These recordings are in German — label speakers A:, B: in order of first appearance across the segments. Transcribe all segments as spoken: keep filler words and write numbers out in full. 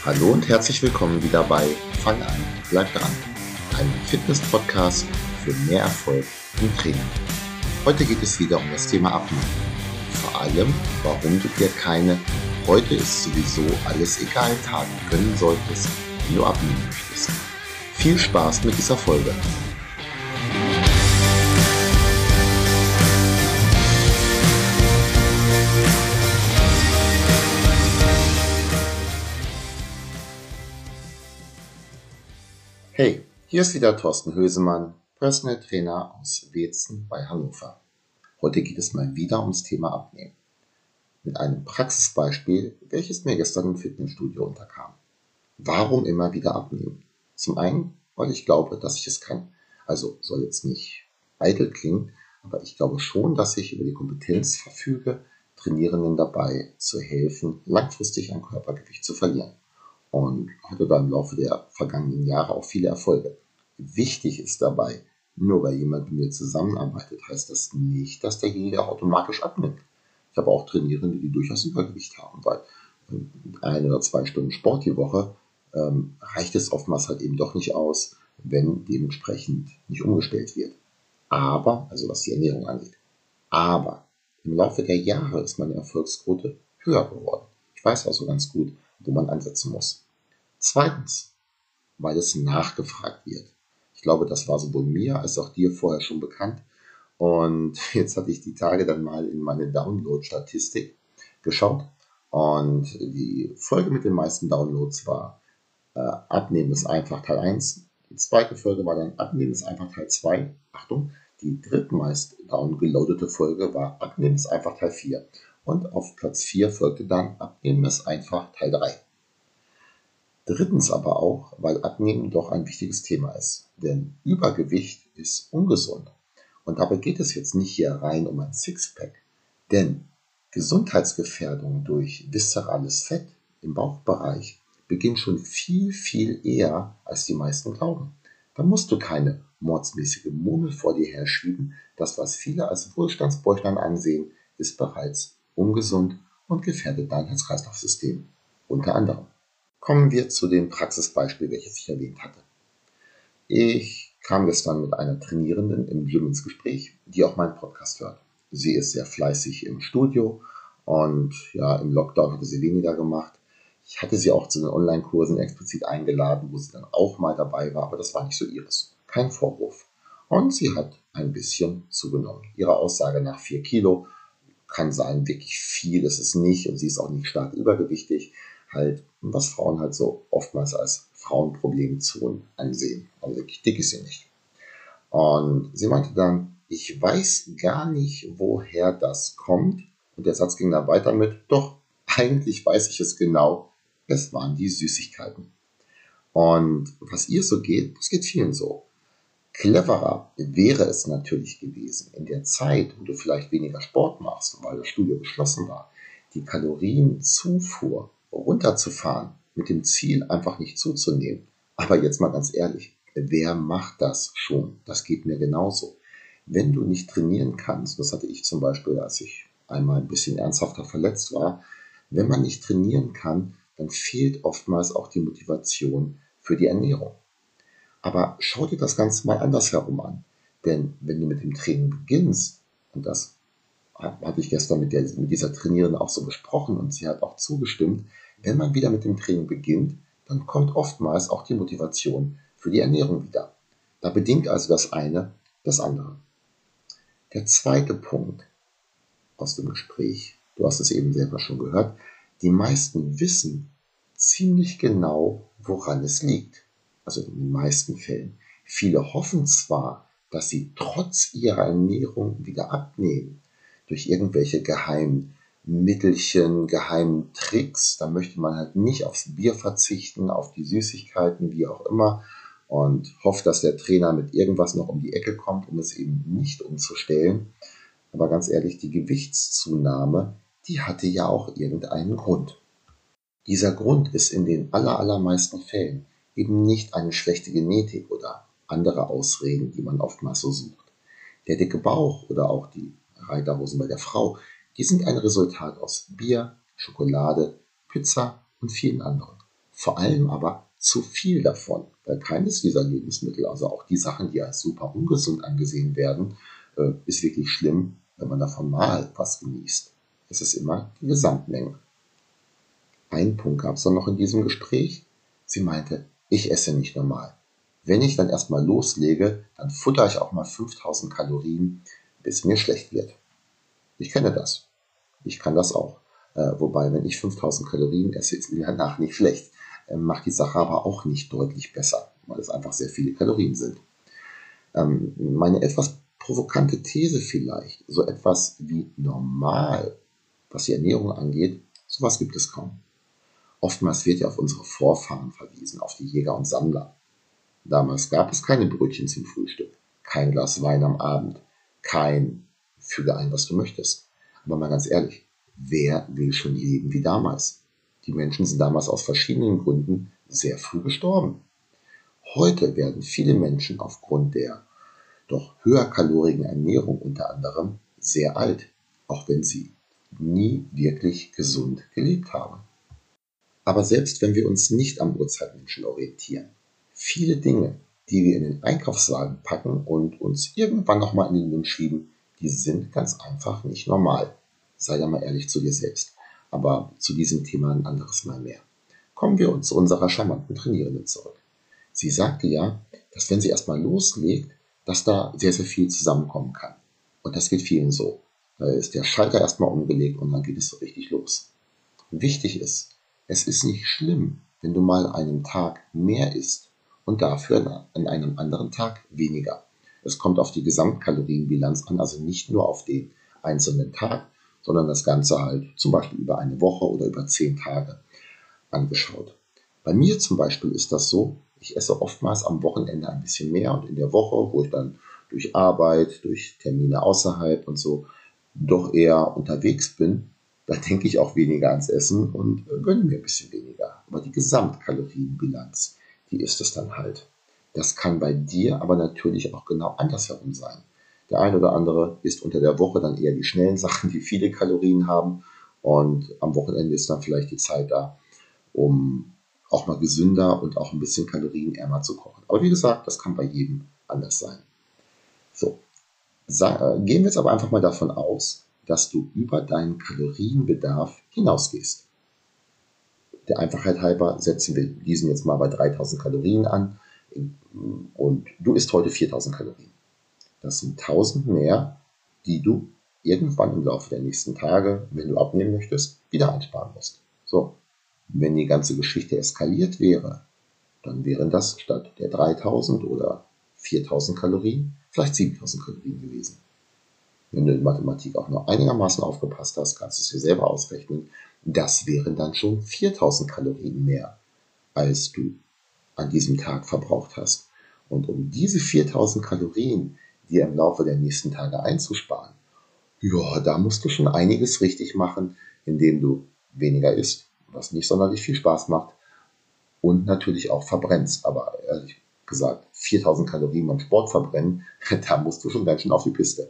A: Hallo und herzlich willkommen wieder bei Fang an, bleib dran, einem Fitness-Podcast für mehr Erfolg im Training. Heute geht es wieder um das Thema Abnehmen. Vor allem, warum du dir keine heute ist sowieso alles egal Tage gönnen solltest, wenn du abnehmen möchtest. Viel Spaß mit dieser Folge. Hey, hier ist wieder Thorsten Hösemann, Personal Trainer aus Weetzen bei Hannover. Heute geht es mal wieder ums Thema Abnehmen. Mit einem Praxisbeispiel, welches mir gestern im Fitnessstudio unterkam. Warum immer wieder abnehmen? Zum einen, weil ich glaube, dass ich es kann. Also soll jetzt nicht eitel klingen, aber ich glaube schon, dass ich über die Kompetenz verfüge, Trainierenden dabei zu helfen, langfristig an Körpergewicht zu verlieren. Und hatte da im Laufe der vergangenen Jahre auch viele Erfolge. Wichtig ist dabei, nur weil jemand mit mir zusammenarbeitet, heißt das nicht, dass derjenige automatisch abnimmt. Ich habe auch Trainierende, die durchaus Übergewicht haben, weil ähm, ein oder zwei Stunden Sport die Woche ähm, reicht es oftmals halt eben doch nicht aus, wenn dementsprechend nicht umgestellt wird. Aber, also was die Ernährung angeht, aber im Laufe der Jahre ist meine Erfolgsquote höher geworden. Ich weiß also ganz gut, wo man ansetzen muss. Zweitens, weil es nachgefragt wird. Ich glaube, das war sowohl mir als auch dir vorher schon bekannt. Und jetzt hatte ich die Tage dann mal in meine Download-Statistik geschaut. Und die Folge mit den meisten Downloads war äh, Abnehmen ist einfach Teil eins. Die zweite Folge war dann Abnehmen ist einfach Teil zwei. Achtung, die drittmeist downgeloadete Folge war Abnehmen ist einfach Teil vier. Und auf Platz vier folgte dann Abnehmen ist einfach Teil drei. Drittens aber auch, weil Abnehmen doch ein wichtiges Thema ist. Denn Übergewicht ist ungesund. Und dabei geht es jetzt nicht hier rein um ein Sixpack. Denn Gesundheitsgefährdung durch viszerales Fett im Bauchbereich beginnt schon viel, viel eher, als die meisten glauben. Da musst du keine mordsmäßige Murmel vor dir herschieben. Das, was viele als Wohlstandsbräuchlein ansehen, ist bereits ungesund und gefährdet dein Herz-Kreislauf-System. Unter anderem. Kommen wir zu dem Praxisbeispiel, welches ich erwähnt hatte. Ich kam gestern mit einer Trainierenden im Gym ins Gespräch, die auch meinen Podcast hört. Sie ist sehr fleißig im Studio und ja, im Lockdown hatte sie weniger gemacht. Ich hatte sie auch zu den Online-Kursen explizit eingeladen, wo sie dann auch mal dabei war, aber das war nicht so ihres. Kein Vorwurf. Und sie hat ein bisschen zugenommen. Ihrer Aussage nach vier Kilo. Kann sein, wirklich viel ist es nicht und sie ist auch nicht stark übergewichtig. Halt, was Frauen halt so oftmals als Frauenproblemzonen ansehen. Also wirklich dick ist sie nicht. Und sie meinte dann, ich weiß gar nicht, woher das kommt. Und der Satz ging dann weiter mit, doch, eigentlich weiß ich es genau. Es waren die Süßigkeiten. Und was ihr so geht, das geht vielen so. Cleverer wäre es natürlich gewesen, in der Zeit, wo du vielleicht weniger Sport machst, weil das Studio geschlossen war, die Kalorienzufuhr runterzufahren, mit dem Ziel, einfach nicht zuzunehmen. Aber jetzt mal ganz ehrlich, wer macht das schon? Das geht mir genauso. Wenn du nicht trainieren kannst, das hatte ich zum Beispiel, als ich einmal ein bisschen ernsthafter verletzt war, wenn man nicht trainieren kann, dann fehlt oftmals auch die Motivation für die Ernährung. Aber schau dir das Ganze mal andersherum an. Denn wenn du mit dem Training beginnst, und das hatte ich gestern mit, der, mit dieser Trainiererin auch so besprochen und sie hat auch zugestimmt, wenn man wieder mit dem Training beginnt, dann kommt oftmals auch die Motivation für die Ernährung wieder. Da bedingt also das eine das andere. Der zweite Punkt aus dem Gespräch, du hast es eben selber schon gehört, die meisten wissen ziemlich genau, woran es liegt. Also in den meisten Fällen. Viele hoffen zwar, dass sie trotz ihrer Ernährung wieder abnehmen, durch irgendwelche geheimen Mittelchen, geheimen Tricks. Da möchte man halt nicht aufs Bier verzichten, auf die Süßigkeiten, wie auch immer, und hofft, dass der Trainer mit irgendwas noch um die Ecke kommt, um es eben nicht umzustellen. Aber ganz ehrlich, die Gewichtszunahme, die hatte ja auch irgendeinen Grund. Dieser Grund ist in den aller, allermeisten Fällen eben nicht eine schlechte Genetik oder andere Ausreden, die man oftmals so sucht. Der dicke Bauch oder auch die Reiterhosen bei der Frau, die sind ein Resultat aus Bier, Schokolade, Pizza und vielen anderen. Vor allem aber zu viel davon, weil keines dieser Lebensmittel, also auch die Sachen, die als super ungesund angesehen werden, äh, ist wirklich schlimm, wenn man davon mal was genießt. Es ist immer die Gesamtmenge. Einen Punkt gab es dann noch in diesem Gespräch. Sie meinte, ich esse nicht normal. Wenn ich dann erstmal loslege, dann futter ich auch mal fünftausend Kalorien, bis mir schlecht wird. Ich kenne das. Ich kann das auch. Äh, wobei, wenn ich fünftausend Kalorien esse, ist mir danach nicht schlecht. Äh, macht die Sache aber auch nicht deutlich besser, weil es einfach sehr viele Kalorien sind. Ähm, meine etwas provokante These vielleicht, so etwas wie normal, was die Ernährung angeht, sowas gibt es kaum. Oftmals wird ja auf unsere Vorfahren verwiesen, auf die Jäger und Sammler. Damals gab es keine Brötchen zum Frühstück, kein Glas Wein am Abend, kein füge ein, was du möchtest. Aber mal ganz ehrlich, wer will schon leben wie damals? Die Menschen sind damals aus verschiedenen Gründen sehr früh gestorben. Heute werden viele Menschen aufgrund der doch höherkalorigen Ernährung unter anderem sehr alt, auch wenn sie nie wirklich gesund gelebt haben. Aber selbst wenn wir uns nicht am Urzeitmenschen orientieren, viele Dinge, die wir in den Einkaufswagen packen und uns irgendwann nochmal in den Mund schieben, die sind ganz einfach nicht normal. Sei da mal ehrlich zu dir selbst. Aber zu diesem Thema ein anderes Mal mehr. Kommen wir zu unserer charmanten Trainierenden zurück. Sie sagte ja, dass wenn sie erstmal loslegt, dass da sehr, sehr viel zusammenkommen kann. Und das geht vielen so. Da ist der Schalter erstmal umgelegt und dann geht es so richtig los. Wichtig ist, es ist nicht schlimm, wenn du mal einen Tag mehr isst und dafür an einem anderen Tag weniger. Es kommt auf die Gesamtkalorienbilanz an, also nicht nur auf den einzelnen Tag, sondern das Ganze halt zum Beispiel über eine Woche oder über zehn Tage angeschaut. Bei mir zum Beispiel ist das so, ich esse oftmals am Wochenende ein bisschen mehr und in der Woche, wo ich dann durch Arbeit, durch Termine außerhalb und so doch eher unterwegs bin, da denke ich auch weniger ans Essen und gönne mir ein bisschen weniger. Aber die Gesamtkalorienbilanz, die ist es dann halt. Das kann bei dir aber natürlich auch genau andersherum sein. Der eine oder andere isst unter der Woche dann eher die schnellen Sachen, die viele Kalorien haben. Und am Wochenende ist dann vielleicht die Zeit da, um auch mal gesünder und auch ein bisschen kalorienärmer zu kochen. Aber wie gesagt, das kann bei jedem anders sein. So, gehen wir jetzt aber einfach mal davon aus, dass du über deinen Kalorienbedarf hinausgehst. Der Einfachheit halber setzen wir diesen jetzt mal bei dreitausend Kalorien an und du isst heute viertausend Kalorien. Das sind tausend mehr, die du irgendwann im Laufe der nächsten Tage, wenn du abnehmen möchtest, wieder einsparen musst. So, wenn die ganze Geschichte eskaliert wäre, dann wären das statt der dreitausend oder viertausend Kalorien vielleicht siebentausend Kalorien gewesen. Wenn du in Mathematik auch noch einigermaßen aufgepasst hast, kannst du es dir selber ausrechnen. Das wären dann schon viertausend Kalorien mehr, als du an diesem Tag verbraucht hast. Und um diese viertausend Kalorien dir im Laufe der nächsten Tage einzusparen, ja, da musst du schon einiges richtig machen, indem du weniger isst, was nicht sonderlich viel Spaß macht und natürlich auch verbrennst. Aber ehrlich gesagt, viertausend Kalorien beim Sport verbrennen, da musst du schon ganz schön auf die Piste.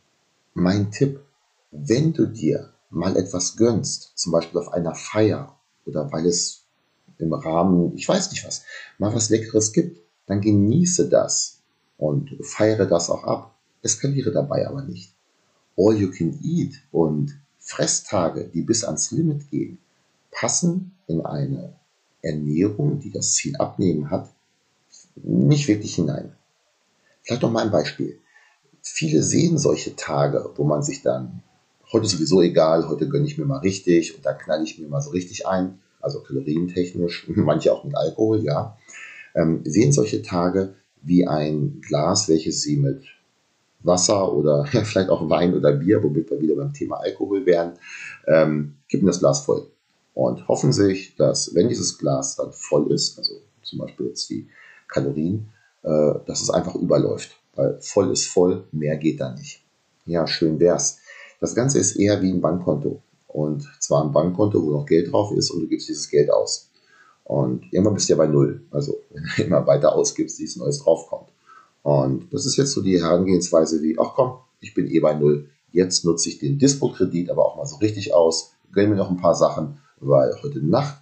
A: Mein Tipp, wenn du dir mal etwas gönnst, zum Beispiel auf einer Feier oder weil es im Rahmen, ich weiß nicht was, mal was Leckeres gibt, dann genieße das und feiere das auch ab. Eskaliere dabei aber nicht. All you can eat und Fresstage, die bis ans Limit gehen, passen in eine Ernährung, die das Ziel Abnehmen hat, nicht wirklich hinein. Vielleicht noch mal ein Beispiel. Viele sehen solche Tage, wo man sich dann, heute ist sowieso egal, heute gönne ich mir mal richtig und dann knalle ich mir mal so richtig ein, also kalorientechnisch, manche auch mit Alkohol, ja, ähm, sehen solche Tage wie ein Glas, welches sie mit Wasser oder ja, vielleicht auch Wein oder Bier, womit wir wieder beim Thema Alkohol wären, ähm, kippen das Glas voll und hoffen sich, dass wenn dieses Glas dann voll ist, also zum Beispiel jetzt die Kalorien, äh, dass es einfach überläuft. Weil voll ist voll, mehr geht da nicht. Ja, schön wär's. Das Ganze ist eher wie ein Bankkonto. Und zwar ein Bankkonto, wo noch Geld drauf ist und du gibst dieses Geld aus. Und irgendwann bist du ja bei Null. Also wenn du immer weiter ausgibst, dieses Neues draufkommt. Und das ist jetzt so die Herangehensweise wie, ach komm, ich bin eh bei Null. Jetzt nutze ich den Dispo-Kredit aber auch mal so richtig aus. Gönn mir noch ein paar Sachen, weil heute Nacht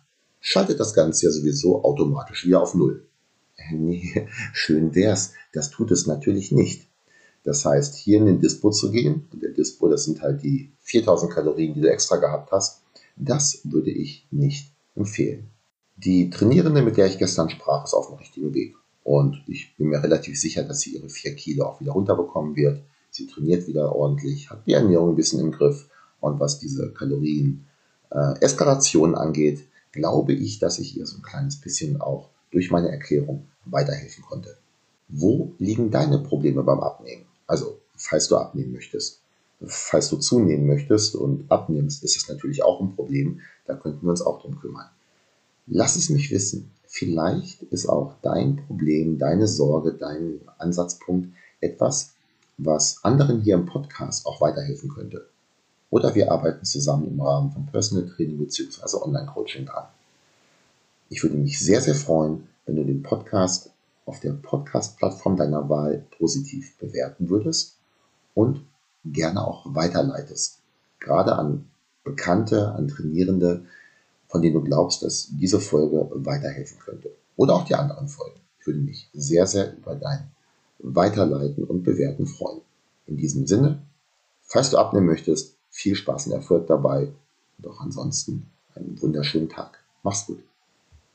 A: schaltet das Ganze ja sowieso automatisch wieder auf Null. Äh, nee, schön wär's, das tut es natürlich nicht. Das heißt, hier in den Dispo zu gehen, und der Dispo, das sind halt die viertausend Kalorien, die du extra gehabt hast, das würde ich nicht empfehlen. Die Trainierende, mit der ich gestern sprach, ist auf dem richtigen Weg. Und ich bin mir relativ sicher, dass sie ihre vier Kilo auch wieder runterbekommen wird. Sie trainiert wieder ordentlich, hat die Ernährung ein bisschen im Griff. Und was diese Kalorien-Eskalation angeht, glaube ich, dass ich ihr so ein kleines bisschen auch durch meine Erklärung weiterhelfen konnte. Wo liegen deine Probleme beim Abnehmen? Also, falls du abnehmen möchtest. Falls du zunehmen möchtest und abnimmst, ist es natürlich auch ein Problem. Da könnten wir uns auch drum kümmern. Lass es mich wissen. Vielleicht ist auch dein Problem, deine Sorge, dein Ansatzpunkt etwas, was anderen hier im Podcast auch weiterhelfen könnte. Oder wir arbeiten zusammen im Rahmen von Personal Training bzw. Online-Coaching dran. Ich würde mich sehr, sehr freuen, wenn du den Podcast auf der Podcast-Plattform deiner Wahl positiv bewerten würdest und gerne auch weiterleitest. Gerade an Bekannte, an Trainierende, von denen du glaubst, dass diese Folge weiterhelfen könnte. Oder auch die anderen Folgen. Ich würde mich sehr, sehr über dein Weiterleiten und Bewerten freuen. In diesem Sinne, falls du abnehmen möchtest, viel Spaß und Erfolg dabei. Und auch ansonsten einen wunderschönen Tag. Mach's gut.